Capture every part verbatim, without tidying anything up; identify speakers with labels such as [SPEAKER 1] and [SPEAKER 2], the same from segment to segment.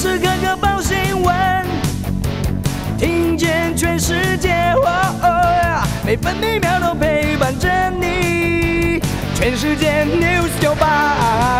[SPEAKER 1] 时刻刻报新闻，听见全世界，哦哦，每分每秒都陪伴着你。全世界 News 九八。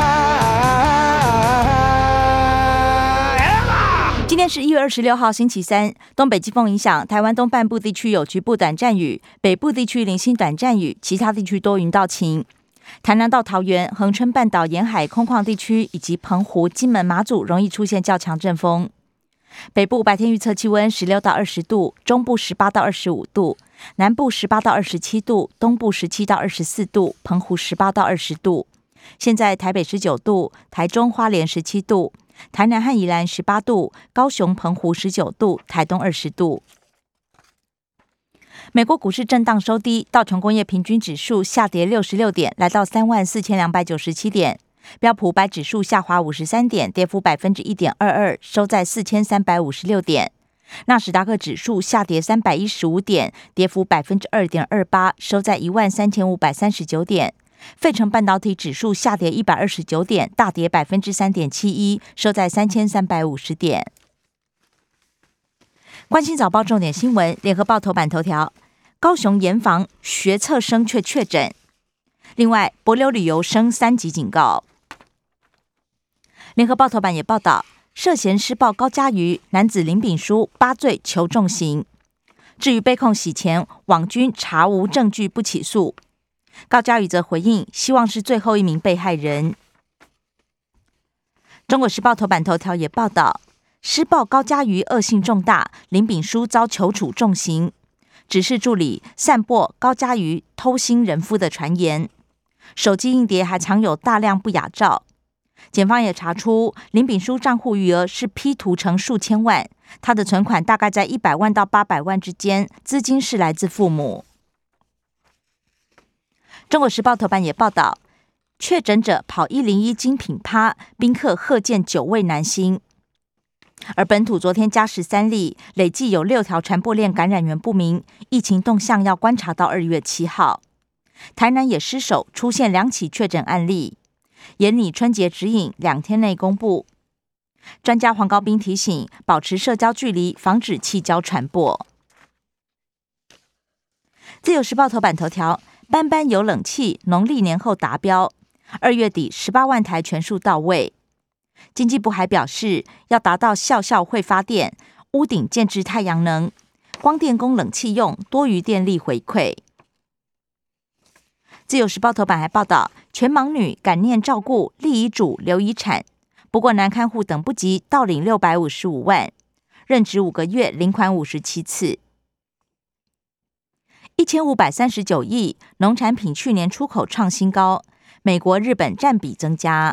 [SPEAKER 2] 今天是一月二十六号，星期三。东北季风影响，台湾东半部地区有局部短暂雨，北部地区零星短暂雨，其他地区多云到晴。台南到桃园、恒春半岛沿海空旷地区以及澎湖、金门、马祖容易出现较强阵风。北部白天预测气温十六到二十度，中部十八到二十五度，南部十八到二十七度，东部十七到二十四度，澎湖十八到二十度。现在台北十九度，台中花莲十七度，台南和宜兰十八度，高雄澎湖十九度，台东二十度。美国股市震荡收低，道琼工业平均指数下跌六十六点，来到三万四千两百九十七点。标普五百指数下滑五十三点，跌幅百分之一点二二，收在四千三百五十六点。纳斯达克指数下跌三百一十五点，跌幅百分之二点二八，收在一万三千五百三十九点。费城半导体指数下跌一百二十九点，大跌百分之三点七一，收在三千三百五十点。关心早报重点新闻，联合报头版头条：高雄严防学测生却确诊。另外，帛琉旅游升三级警告。联合报头版也报道，涉嫌施暴高嘉瑜男子林炳书八罪求重刑。至于被控洗钱，网军查无证据不起诉。高嘉瑜则回应，希望是最后一名被害人。中国时报头版头条也报道，施暴高嘉瑜恶性重大，林炳书遭求处重刑。指示助理散播高嘉瑜偷腥人夫的传言，手机硬碟还藏有大量不雅照。检方也查出林炳书账户余额是 P 图成数千万，他的存款大概在一百万到八百万之间，资金是来自父母。中国时报头版也报道，确诊者跑一零一精品趴，宾客贺见九位男星。而本土昨天加十三例，累计有六条传播链感染源不明，疫情动向要观察到二月七号。台南也失守，出现两起确诊案例，严拟春节指引，两天内公布。专家黄高斌提醒，保持社交距离，防止气交传播。自由时报头版头条：班班有冷气，农历年后达标，二月底十八万台全数到位。经济部还表示，要达到校校会发电，屋顶建置太阳能，光电供冷气用，多余电力回馈。自由时报头版还报道，全盲女感念照顾，立遗嘱留遗产，不过男看护等不及，倒领六百五十五万，任职五个月，领款五十七次。一千五百三十九亿，农产品去年出口创新高，美国、日本占比增加。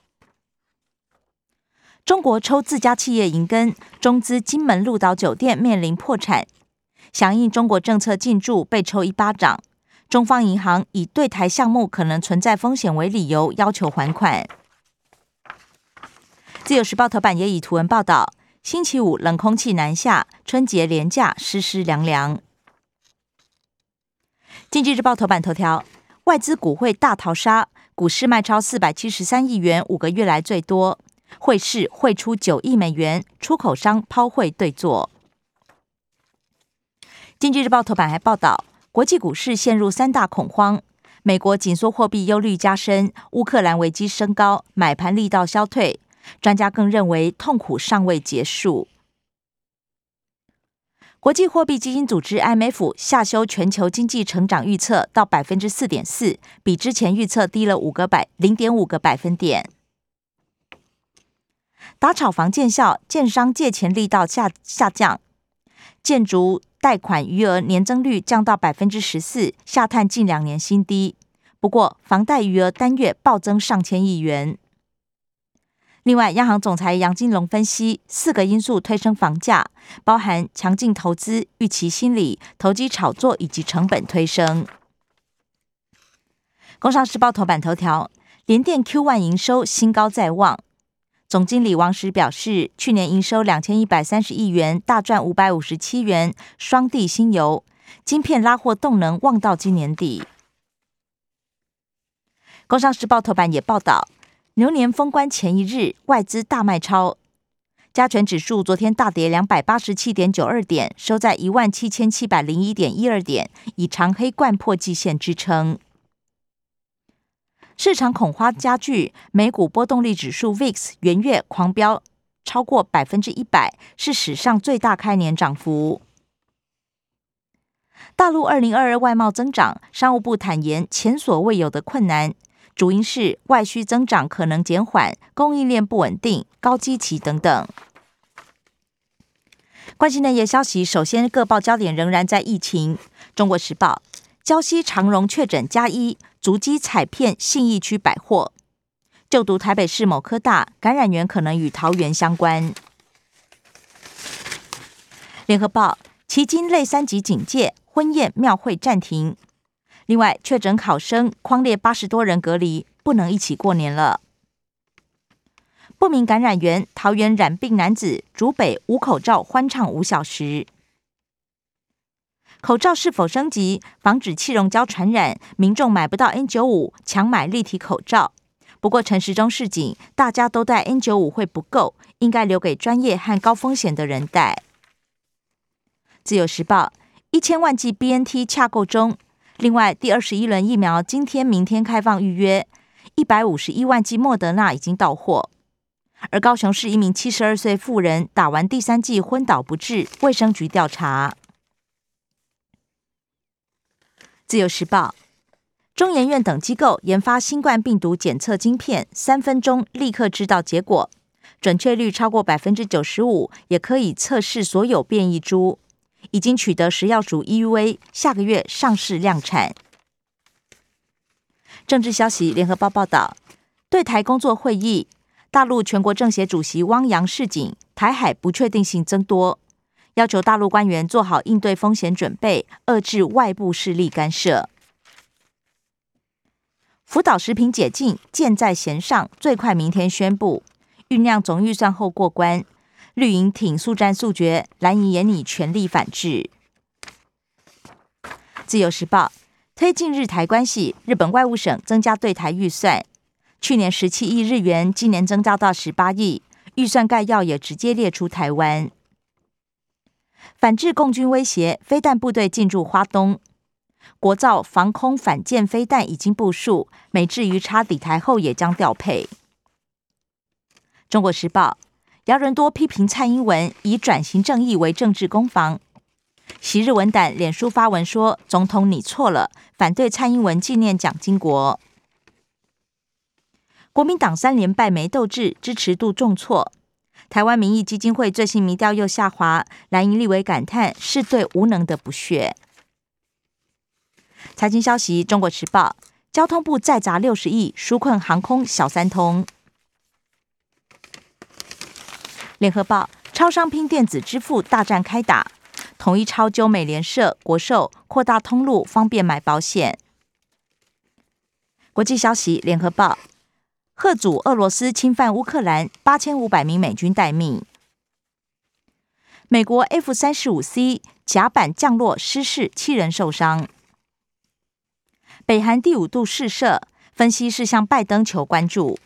[SPEAKER 2] 中国抽自家企业银根，中资金门鹿岛酒店面临破产，响应中国政策进驻被抽一巴掌。中方银行以对台项目可能存在风险为理由，要求还款。自由时报头版也以图文报道，星期五冷空气南下，春节连假湿湿凉凉。经济日报头版头条，外资股汇大逃杀，股市卖超四百七十三亿元，五个月来最多。汇市汇出九亿美元，出口商抛汇对作。经济日报头版还报道，国际股市陷入三大恐慌，美国紧缩货币忧虑加深，乌克兰危机升高，买盘力道消退。专家更认为痛苦尚未结束。国际货币基金组织 I M F 下修全球经济成长预测到 百分之四点四， 比之前预测低了五个百 零点五个百分点。打炒房见效，建商借钱力道下下降，建筑贷款余额年增率降到 百分之十四， 下探近两年新低。不过，房贷余额单月暴增上千亿元。另外，央行总裁杨金龙分析，四个因素推升房价，包含强劲投资、预期心理、投机炒作以及成本推升。工商时报头版头条，联电 Q 一 营收新高在望。总经理王石表示，去年营收两千一百三十亿元，大赚五百五十七元，双地新油，晶片拉货动能望到今年底。工商时报头版也报道，牛年封关前一日，外资大卖超， 加权指数昨天大跌两百八十七点九二点，收在一万七千七百零一点一二点，以长黑贯破季线支撑。市场恐慌加剧，美股波动率指数 V I X 元月狂飙超过百分之一百，是史上最大开年涨幅。大陆二零二二外贸增长，商务部坦言前所未有的困难，主因是外需增长可能减缓、供应链不稳定、高基期等等。关心内页消息，首先各报焦点仍然在疫情。中国时报，礁溪长荣确诊加一，足迹踩骗信义区百货。就读台北市某科大，感染源可能与桃园相关。联合报，旗津类三级警戒，婚宴庙会暂停。另外，确诊考生匡列八十多人隔离，不能一起过年了。不明感染源，桃园染病男子竹北无口罩欢唱五小时。口罩是否升级，防止气溶胶传染？民众买不到 N 九十五，强买立体口罩。不过陈时中示警，大家都戴 N 九十五 会不够，应该留给专业和高风险的人戴。自由时报，一千万剂 B N T 洽购中。另外，第二十一轮疫苗今天、明天开放预约，一百五十一万剂莫德纳已经到货。而高雄市一名七十二岁妇人打完第三剂昏倒不治，卫生局调查。自由时报，中研院等机构研发新冠病毒检测晶片，三分钟立刻知道结果，准确率超过百分之九十五，也可以测试所有变异株。已经取得食药署 E U A， 下个月上市量产。政治消息，联合报报道，对台工作会议，大陆全国政协主席汪洋示警，台海不确定性增多，要求大陆官员做好应对风险准备，遏制外部势力干涉。福岛食品解禁，箭在弦上，最快明天宣布，酝酿总预算后过关。绿营挺速战速决，蓝营也拟全力反制。自由时报，推进日台关系，日本外务省增加对台预算，去年十七亿日元，今年增加到十八亿，预算概要也直接列出台湾。反制共军威胁，飞弹部队进驻花东，国造防空反舰飞弹已经部署，美制鱼叉抵台后也将调配。中国时报，姚人多批评蔡英文以转型正义为政治攻防。昔日文胆脸书发文说：“总统你错了，反对蔡英文纪念蒋经国。”国民党三连败没斗志，支持度重挫。台湾民意基金会最新民调又下滑，蓝营立委感叹是对无能的不屑。财经消息，中国时报，交通部再砸六十亿纾困航空小三通。联合报，超商拼电子支付大战开打，统一超揪美联社、国寿扩大通路，方便买保险。国际消息，联合报，贺阻俄罗斯侵犯乌克兰，八千五百名美军待命。美国 F 三十五 C 甲板降落失事，七人受伤。北韩第五度试射，分析是向拜登求关注。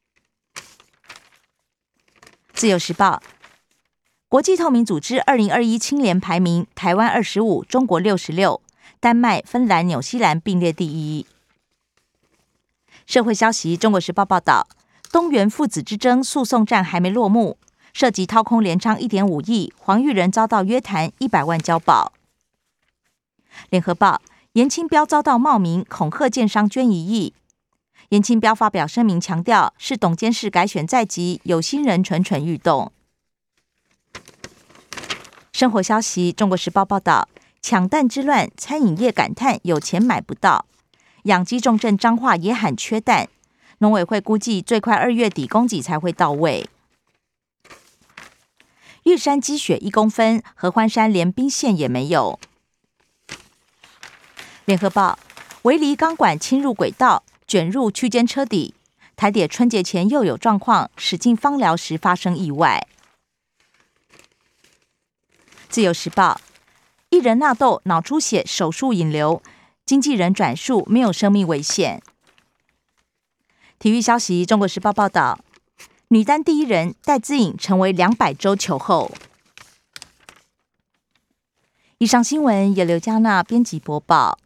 [SPEAKER 2] 自由时报，国际透明组织二零二一清廉排名，台湾二十五，中国六十六，丹麦、芬兰、纽西兰并列第一。社会消息，中国时报报道，东元父子之争诉讼战还没落幕，涉及掏空联昌一点五亿，黄裕仁遭到约谈一百万交保。联合报，严清标遭到冒名恐吓建商捐一亿。严清标发表声明强调，是董监事改选在即，有心人蠢蠢欲动。生活消息，中国时报报道，抢蛋之乱，餐饮业感叹有钱买不到。养鸡重镇彰化也喊缺蛋，农委会估计最快二月底供给才会到位。玉山积雪一公分，合欢山连冰线也没有。联合报，围篱钢管侵入轨道，卷入区间车底，台铁春节前又有状况，驶进芳寮时发生意外。自由时报，艺人纳豆脑出血手术引流，经纪人转述没有生命危险。体育消息，中国时报报道， 女单第一人戴资颖成为两百周球后。以上新闻由刘嘉娜编辑播报。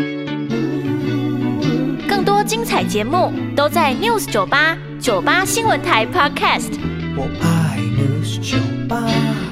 [SPEAKER 3] 更多精彩节目都在 News 九八九八新闻台 Podcast。
[SPEAKER 1] 我爱 News 九八。